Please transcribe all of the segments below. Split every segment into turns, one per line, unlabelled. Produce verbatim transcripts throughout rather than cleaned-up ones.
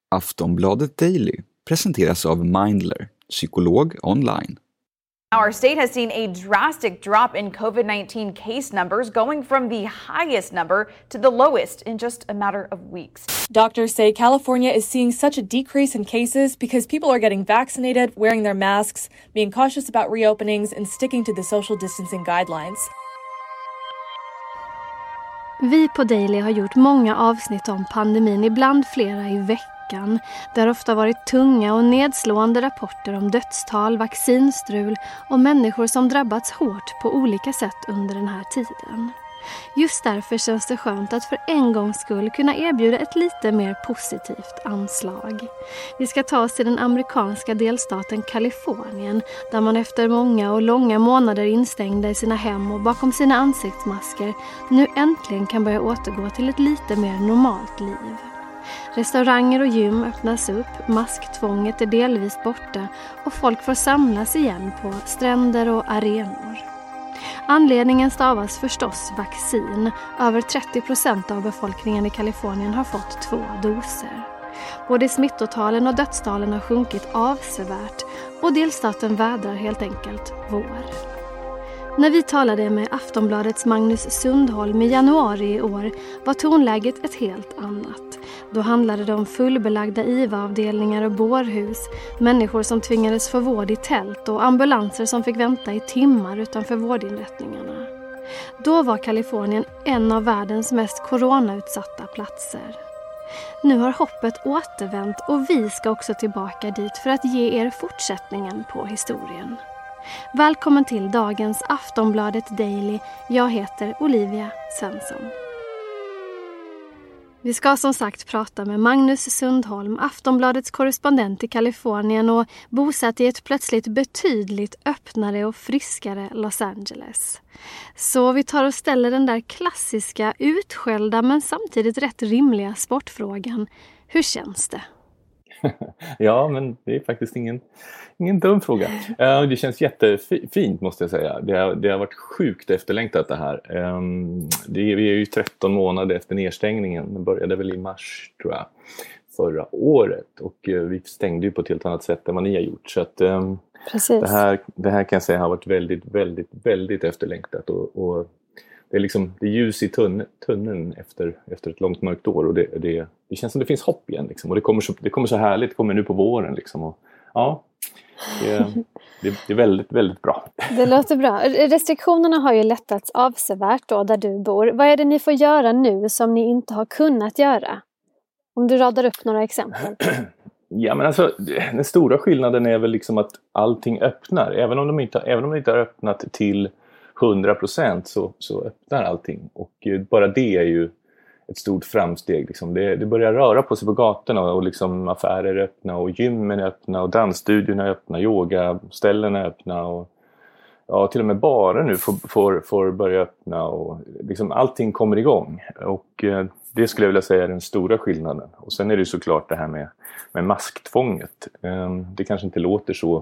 Aftonbladet Daily presenteras av Mindler, psykolog online.
Our state has seen a drastic drop in COVID nineteen case numbers, going from the highest number to the lowest in just a matter of weeks.
Doctors say California is seeing such a decrease in cases because people are getting vaccinated, wearing their masks, being cautious about reopenings, and sticking to the social distancing guidelines.
Vi på Daily har gjort många avsnitt om pandemin, ibland flera i veckan. Det har ofta varit tunga och nedslående rapporter om dödstal, vaccinstrul och människor som drabbats hårt på olika sätt under den här tiden. Just därför känns det skönt att för en gångs skull kunna erbjuda ett lite mer positivt anslag. Vi ska ta oss till den amerikanska delstaten Kalifornien, där man efter många och långa månader instängda i sina hem och bakom sina ansiktsmasker nu äntligen kan börja återgå till ett lite mer normalt liv. Restauranger och gym öppnas upp, masktvånget är delvis borta och folk får samlas igen på stränder och arenor. Anledningen stavas förstås vaccin. Över trettio procent av befolkningen i Kalifornien har fått två doser. Både smittotalen och dödstalen har sjunkit avsevärt och delstaten vädrar helt enkelt vår. När vi talade med Aftonbladets Magnus Sundholm i januari i år var tonläget ett helt annat. Då handlade det om fullbelagda I V A-avdelningar och bårhus, människor som tvingades få vård i tält och ambulanser som fick vänta i timmar utanför vårdinrättningarna. Då var Kalifornien en av världens mest coronautsatta platser. Nu har hoppet återvänt och vi ska också tillbaka dit för att ge er fortsättningen på historien. Välkommen till dagens Aftonbladet Daily. Jag heter Olivia Svensson. Vi ska som sagt prata med Magnus Sundholm, Aftonbladets korrespondent i Kalifornien och bosatt i ett plötsligt betydligt öppnare och friskare Los Angeles. Så vi tar och ställer den där klassiska, utskällda men samtidigt rätt rimliga sportfrågan. Hur känns det?
Ja, men det är faktiskt ingen, ingen dum fråga. Uh, det känns jättefint måste jag säga. Det har, det har varit sjukt efterlängtat det här. Um, det är, vi är ju tretton månader efter nedstängningen. Den började väl i mars tror jag, förra året. Och uh, vi stängde ju på ett helt annat sätt än vad ni har gjort. Så att, um, det, här, det här kan jag säga har varit väldigt, väldigt, väldigt efterlängtat. Och, och det är liksom det är ljus i tunn, tunneln efter, efter ett långt mörkt år. Och det, det, det känns som det finns hopp igen. Liksom. Och det kommer, så, det kommer så härligt. Det kommer nu på våren. Liksom. Och, ja, det, det, det är väldigt, väldigt bra.
Det låter bra. Restriktionerna har ju lättats avsevärt då där du bor. Vad är det ni får göra nu som ni inte har kunnat göra? Om du radar upp några exempel.
Ja, men alltså den stora skillnaden är väl liksom att allting öppnar. Även om de inte, även om de inte har öppnat till hundra procent så, så öppnar allting. Och bara det är ju ett stort framsteg. Liksom. Det, det börjar röra på sig på gatorna och liksom affärer är öppna och gymmen är öppna och dansstudiorna är öppna, yogaställena är öppna och ja, till och med bara nu får, får, får börja öppna och liksom allting kommer igång. Och eh, det skulle jag vilja säga är den stora skillnaden. Och sen är det ju såklart det här med, med masktvånget. Eh, det kanske inte låter så,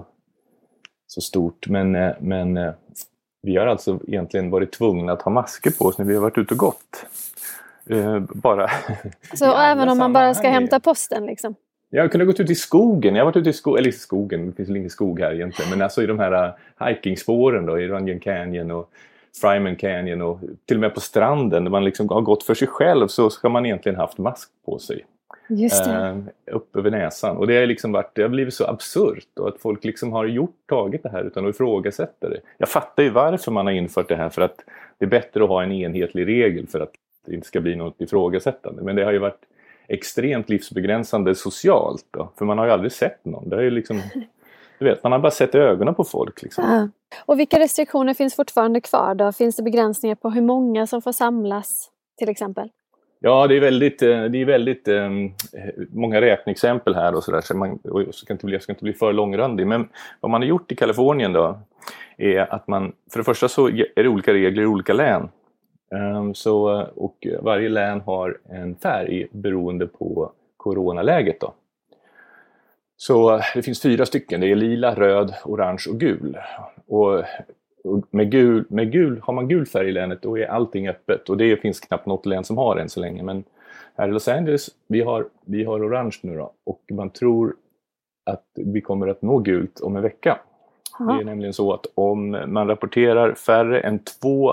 så stort men, eh, men eh, vi har alltså egentligen varit tvungna att ha masker på oss när vi har varit ute och gått. Uh, bara
så även om man bara ska hämta posten liksom?
Jag kunde gått ut i skogen. Jag har varit ute i skogen, eller i skogen, det finns väl ingen skog här egentligen. Men alltså i de här uh, hikingspåren då, i Runyon Canyon och Fryman Canyon och till och med på stranden där man liksom har gått för sig själv så ska man egentligen haft mask på sig.
Just det.
Uh, upp över näsan. Och det har liksom varit, det har blivit så absurt och att folk liksom har gjort, tagit det här utan att ifrågasätta det. Jag fattar ju varför man har infört det här för att det är bättre att ha en enhetlig regel för att det inte ska bli något ifrågasättande. Men det har ju varit extremt livsbegränsande socialt då. För man har ju aldrig sett någon. Det är ju liksom, du vet, man har bara sett ögonen på folk liksom.
Ja. Och vilka restriktioner finns fortfarande kvar då? Finns det begränsningar på hur många som får samlas till exempel?
Ja, det är väldigt, det är väldigt um, många räkneexempel här och sådär. Så man, och jag, ska inte bli, jag ska inte bli för långrandig. Men vad man har gjort i Kalifornien då är att man, för det första så är det olika regler i olika län. Um, så, och varje län har en färg beroende på coronaläget då. Så det finns fyra stycken. Det är lila, röd, orange och gul. Och, och med, gul, med gul, har man gul färg i länet då är allting öppet. Och det finns knappt något län som har än så länge. Men Här i Los Angeles, vi har, vi har orange nu då, och man tror att vi kommer att nå gult om en vecka.
Aha.
Det är nämligen så att om man rapporterar färre än två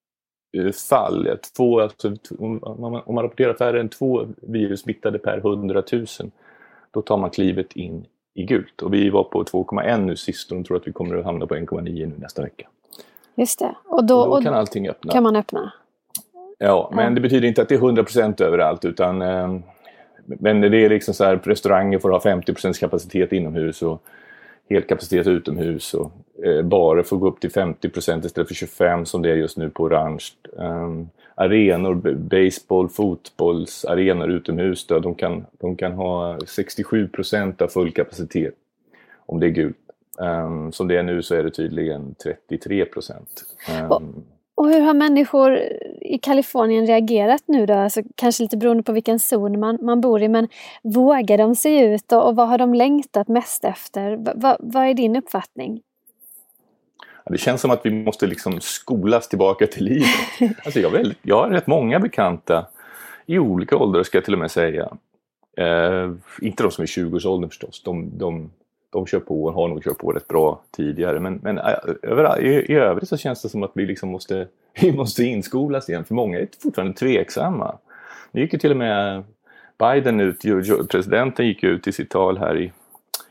fall, två, alltså, om, man, om man rapporterar färre än två virus smittade per hundratusen, då tar man klivet in i gult. Och vi var på två komma ett nu sist och de tror att vi kommer att hamna på en komma nio nu nästa vecka.
Just det. Och då,
och då kan allting öppna.
Kan man öppna?
Ja, men det betyder inte att det är hundra procent överallt, utan eh, men det är liksom så här, restauranger får ha femtio procent kapacitet inomhus och helt kapacitet utomhus, och eh, bara får gå upp till femtio procent istället för tjugofem som det är just nu på orange. Um, arenor, baseball, fotbollsarenor utomhus då, de kan, de kan ha sextiosju procent av full kapacitet om det är gult. Um, som det är nu så är det tydligen trettiotre procent. Um,
och, och hur har människor i Kalifornien reagerat nu då? Alltså, kanske lite beroende på vilken zon man, man bor i, men vågar de se ut och, och vad har de längtat mest efter? Va, va, vad är din uppfattning?
Ja, det känns som att vi måste liksom skolas tillbaka till livet. Alltså jag, väldigt, jag har rätt många bekanta i olika åldrar, ska jag till och med säga. Eh, inte de som är tjugo-årsåldern förstås, de... de De kör på och har nog kört på rätt bra tidigare. Men, men överall, i, i övrigt så känns det som att vi liksom måste, vi måste inskolas igen. För många är fortfarande tveksamma. Det gick ju till och med Biden ut, presidenten gick ut i sitt tal här i,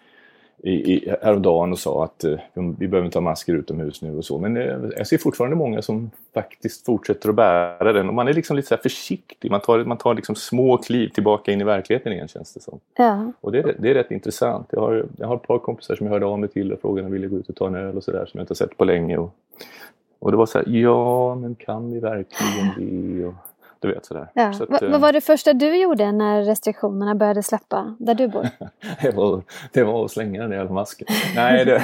i, i häromdagen och sa att uh, vi behöver inte ha masker utomhus nu och så. Men uh, jag ser fortfarande många som faktiskt fortsätter att bära den. Och man är liksom lite så här försiktig. Man tar, man tar liksom små kliv tillbaka in i verkligheten igen, känns det som.
Ja.
Och det är, det är rätt intressant. Jag har, jag har ett par kompisar som jag hörde av mig till och frågade om de ville gå ut och ta en öl och sådär, som jag inte har sett på länge. Och, och det var så här, ja men kan vi verkligen det? Och, du vet sådär.
Ja.
Så att,
Va, vad var det första du gjorde när restriktionerna började släppa där du bor?
det, var, det var att slänga den jävla masken. Nej, det,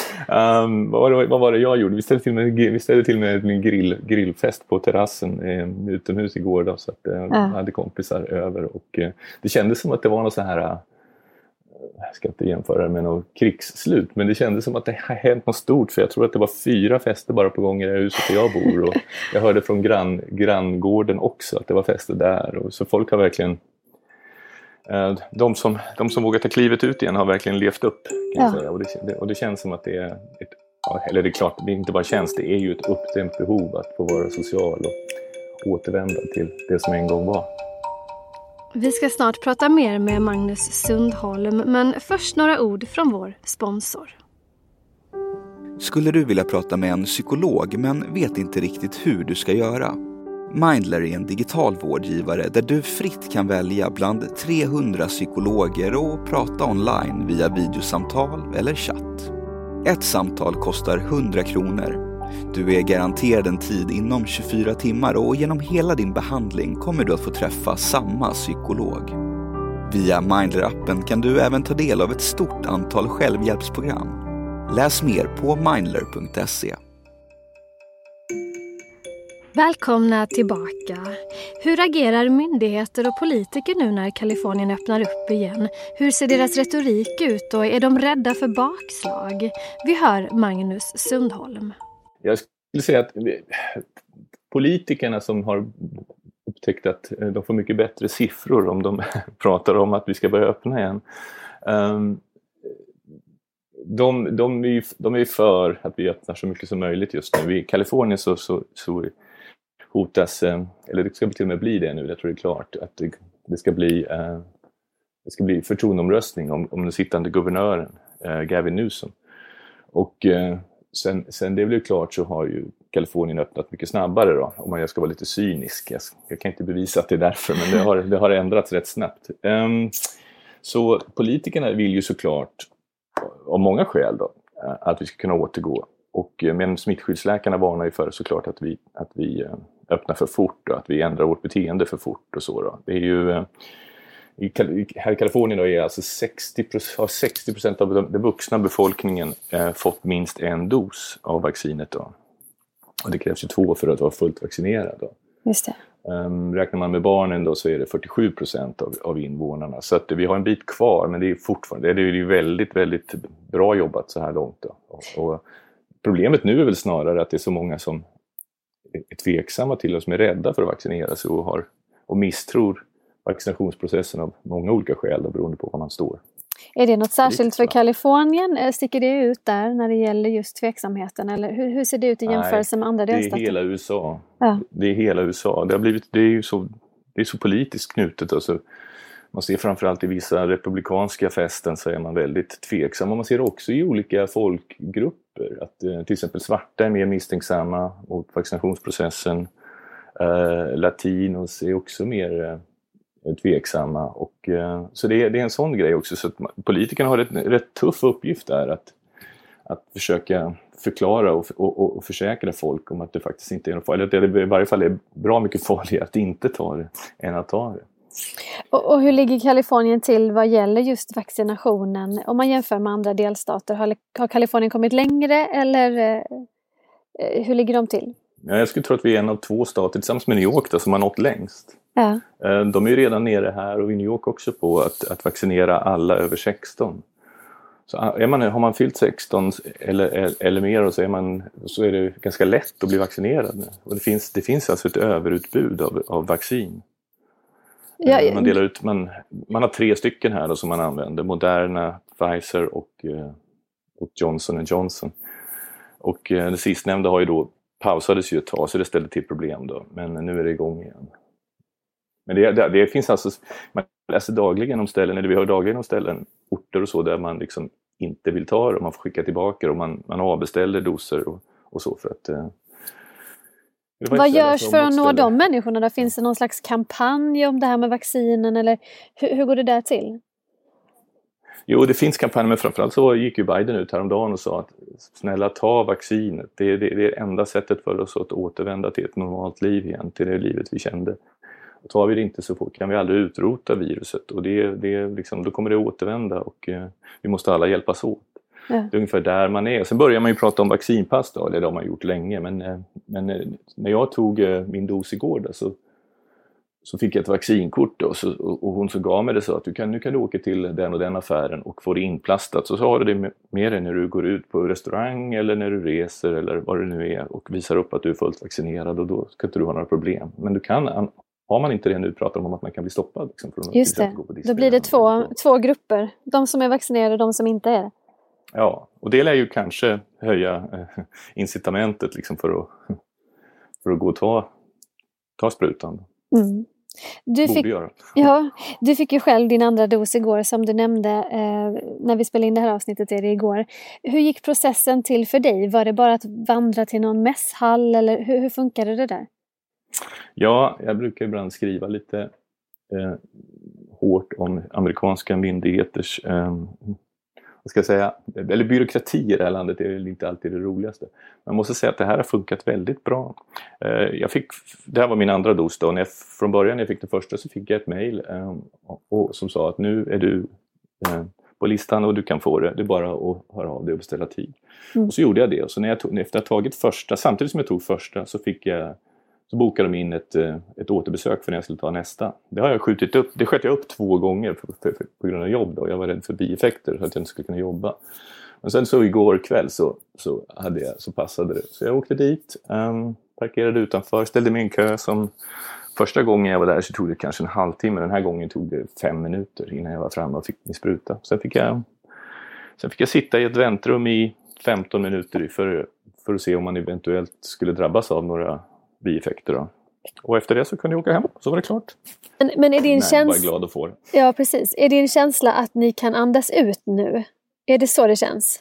um, vad, var det, vad var det jag gjorde? Vi ställde till med, vi ställde till med en grill, grillfest på terrassen eh, utomhus igår då, så att eh, ja. Jag hade kompisar över och eh, det kändes som att det var något så här, jag ska inte jämföra det med något krigsslut, men det kändes som att det har hänt något stort, för jag tror att det var fyra fester bara på gång i det huset där jag bor, och jag hörde från grann, granngården också att det var fester där, och så folk har verkligen eh, de, som, de som vågar ta klivet ut igen har verkligen levt upp, kan jag
ja.
säga, och det, och det känns som att det är ett, eller det är klart, det är inte bara känns, det är ju ett uppdämt behov att få vara social och återvända till det som en gång var.
Vi ska snart prata mer med Magnus Sundholm, men först några ord från vår sponsor.
Skulle du vilja prata med en psykolog men vet inte riktigt hur du ska göra? Mindler är en digital vårdgivare där du fritt kan välja bland trehundra psykologer och prata online via videosamtal eller chatt. Ett samtal kostar hundra kronor. Du är garanterad en tid inom tjugofyra timmar och genom hela din behandling kommer du att få träffa samma psykolog. Via Mindler-appen kan du även ta del av ett stort antal självhjälpsprogram. Läs mer på mindler punkt se.
Välkomna tillbaka. Hur agerar myndigheter och politiker nu när Kalifornien öppnar upp igen? Hur ser deras retorik ut och är de rädda för bakslag? Vi hör Magnus Sundholm.
Jag skulle säga att politikerna som har upptäckt att de får mycket bättre siffror om de pratar om att vi ska börja öppna igen. De, de, är, de är för att vi öppnar så mycket som möjligt just nu. I Kalifornien så, så, så hotas, eller det ska till och med bli det nu, jag tror det är klart, att det, det ska bli det ska bli förtroendeomröstning om, om den sittande guvernören Gavin Newsom. Och Sen, sen det blev klart så har ju Kalifornien öppnat mycket snabbare då, om man ska vara lite cynisk. Jag, jag kan inte bevisa att det är därför, men det har, det har ändrats rätt snabbt. Um, så politikerna vill ju såklart, av många skäl då, att vi ska kunna återgå. Och, men smittskyddsläkarna varnar ju för såklart att vi, att vi öppnar för fort och att vi ändrar vårt beteende för fort och så då. Det är ju... I, här i Kalifornien då är alltså sextio procent, har sextio procent av den vuxna befolkningen eh, fått minst en dos av vaccinet då. Och det krävs ju två för att vara fullt vaccinerad då.
Just det.
Um, räknar man med barnen då så är det fyrtiosju procent av, av invånarna. Så att vi har en bit kvar, men det är fortfarande det är ju väldigt, väldigt bra jobbat så här långt då. Och, och problemet nu är väl snarare att det är så många som är tveksamma till oss, som är rädda för att vaccinera sig och, har, och misstror vaccinationsprocessen av många olika skäl då, beroende på var man står.
Är det något särskilt för Kalifornien? Sticker det ut där när det gäller just tveksamheten? Eller hur, hur ser det ut i jämförelse
Nej,
med andra delstater?
Det är hela U S A.
Ja.
Det är hela U S A. Det har blivit, det är ju så, det är så politiskt knutet. Alltså, man ser framförallt i vissa republikanska fästen så är man väldigt tveksam. Och man ser också i olika folkgrupper att eh, till exempel svarta är mer misstänksamma mot vaccinationsprocessen. Eh, latinos är också mer eh, tveksamma. Och, eh, så det är, det är en sån grej också. Så att man, politikerna har en rätt tuff uppgift där att, att försöka förklara och, och, och försäkra folk om att det faktiskt inte är något farligt. Eller att det i varje fall är bra mycket farligare att inte ta det än att ta det.
Och, och hur ligger Kalifornien till vad gäller just vaccinationen? Om man jämför med andra delstater, har, har Kalifornien kommit längre eller eh, hur ligger de till?
Ja, jag skulle tro att vi är en av två stater tillsammans med New York då, som har nått längst.
Ja.
De är ju redan nere här och i New York också på att, att vaccinera alla över sexton. Så är man, har man fyllt sexton eller, eller mer och så är, man, så är det ganska lätt att bli vaccinerad. Och det finns, det finns alltså ett överutbud av, av vaccin. Ja, man, delar ut, man, man har tre stycken här då som man använder. Moderna, Pfizer och, och Johnson and Johnson. Och det sistnämnda har ju då pausades ju ett tag så det ställde till problem då. Men nu är det igång igen. Men det, det, det finns alltså, man läser dagligen om ställen, eller vi hör dagligen om ställen, orter och så där man liksom inte vill ta det och man får skicka tillbaka och man, man avbeställer doser och, och så för att... Eh,
vad görs för att nå de människorna? Där finns det någon slags kampanj om det här med vaccinen eller hur, hur går det där till?
Jo, det finns kampanjer, men framförallt så gick ju Biden ut häromdagen och sa att snälla ta vaccinet. Det är det, det är enda sättet för oss att återvända till ett normalt liv igen, till det livet vi kände. Och tar vi det inte så fort kan vi aldrig utrota viruset och det, det liksom, då kommer det återvända och eh, vi måste alla hjälpas åt. Ja. Det är ungefär där man är. Sen börjar man ju prata om vaccinpass då, eller det har man gjort länge. Men, eh, men eh, när jag tog eh, min dos igår då, så, så fick jag ett vaccinkort då, så, och, och hon så gav mig det så att du kan, nu kan du åka till den och den affären och få det inplastat. Så, så har du det med, med dig när du går ut på restaurang eller när du reser eller vad det nu är och visar upp att du är fullt vaccinerad och då ska inte du ha några problem. Men du kan... Har man inte det nu pratar de om att man kan bli stoppad. Liksom, för
just det, då blir det två, två grupper. De som är vaccinerade och de som inte är det.
Ja, och det lär ju kanske höja eh, incitamentet liksom, för, att, för att gå och ta, ta sprutan.
Mm. Du, fick, ja, du fick ju själv din andra dos igår som du nämnde eh, när vi spelade in det här avsnittet är det igår. Hur gick processen till för dig? Var det bara att vandra till någon mässhall eller hur, hur funkade det där?
Ja, jag brukar ibland skriva lite eh, hårt om amerikanska myndigheters, eh, vad ska jag säga, eller byråkrati i det här landet är inte alltid det roligaste. Man måste säga att det här har funkat väldigt bra. Eh, jag fick, det här var min andra dos då. När jag, från början när jag fick det första så fick jag ett mejl eh, och, som sa att nu är du eh, på listan och du kan få det. Det är bara att höra av dig och beställa tid. Mm. Och så gjorde jag det. Och så när jag tog, efter att ha tagit första, samtidigt som jag tog första så fick jag Så bokade de in ett, ett återbesök för när jag skulle ta nästa. Det har jag skjutit upp. Det sköt jag upp två gånger för, för, för, på grund av jobb. Då. Jag var rädd för bieffekter så att jag inte skulle kunna jobba. Men sen så igår kväll så, så, hade jag, så passade det. Så jag åkte dit, um, parkerade utanför, ställde mig i en kö som... Första gången jag var där så tog det kanske en halvtimme. Den här gången tog det fem minuter innan jag var framme och fick min spruta. Sen fick jag, sen fick jag sitta i ett väntrum i femton minuter för, för att se om man eventuellt skulle drabbas av några bieffekter då. Och efter det så kunde jag åka hem. Så var det klart.
Men, men är din känsla...
Jag var glad att få det.
Ja, precis. Är din känsla att ni kan andas ut nu? Är det så det känns?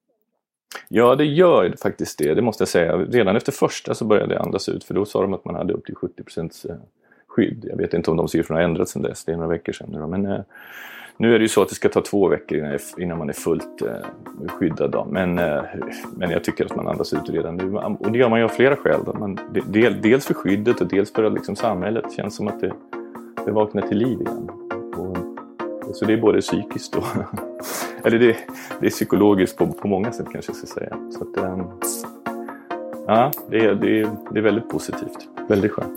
Ja, det gör faktiskt det. Det måste jag säga. Redan efter första så började jag andas ut. För då sa de att man hade upp till sjuttio procent skydd. Jag vet inte om de siffrorna har ändrats sedan dess. Det är några veckor sedan nu. Men eh, nu är det ju så att det ska ta två veckor innan, innan man är fullt eh, skyddad. Då. Men, eh, men jag tycker att man andas ut redan nu. Och det gör man ju av flera skäl. Då. Man, del, dels för skyddet och dels för att liksom, samhället känns som att det, det vaknar till liv igen. Och, så det är både psykiskt och... eller det, det är psykologiskt på, på många sätt kanske jag ska säga. Så att, um, ja, det är, det, är, det är väldigt positivt. Väldigt skönt.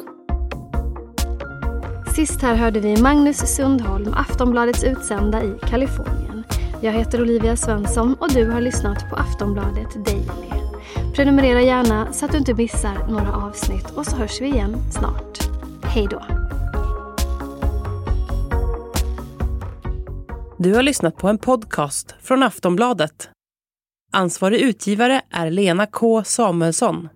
Sist här hörde vi Magnus Sundholm, Aftonbladets utsända i Kalifornien. Jag heter Olivia Svensson och du har lyssnat på Aftonbladet Daily. Prenumerera gärna så att du inte missar några avsnitt och så hörs vi igen snart. Hej då!
Du har lyssnat på en podcast från Aftonbladet. Ansvarig utgivare är Lena K. Samuelsson.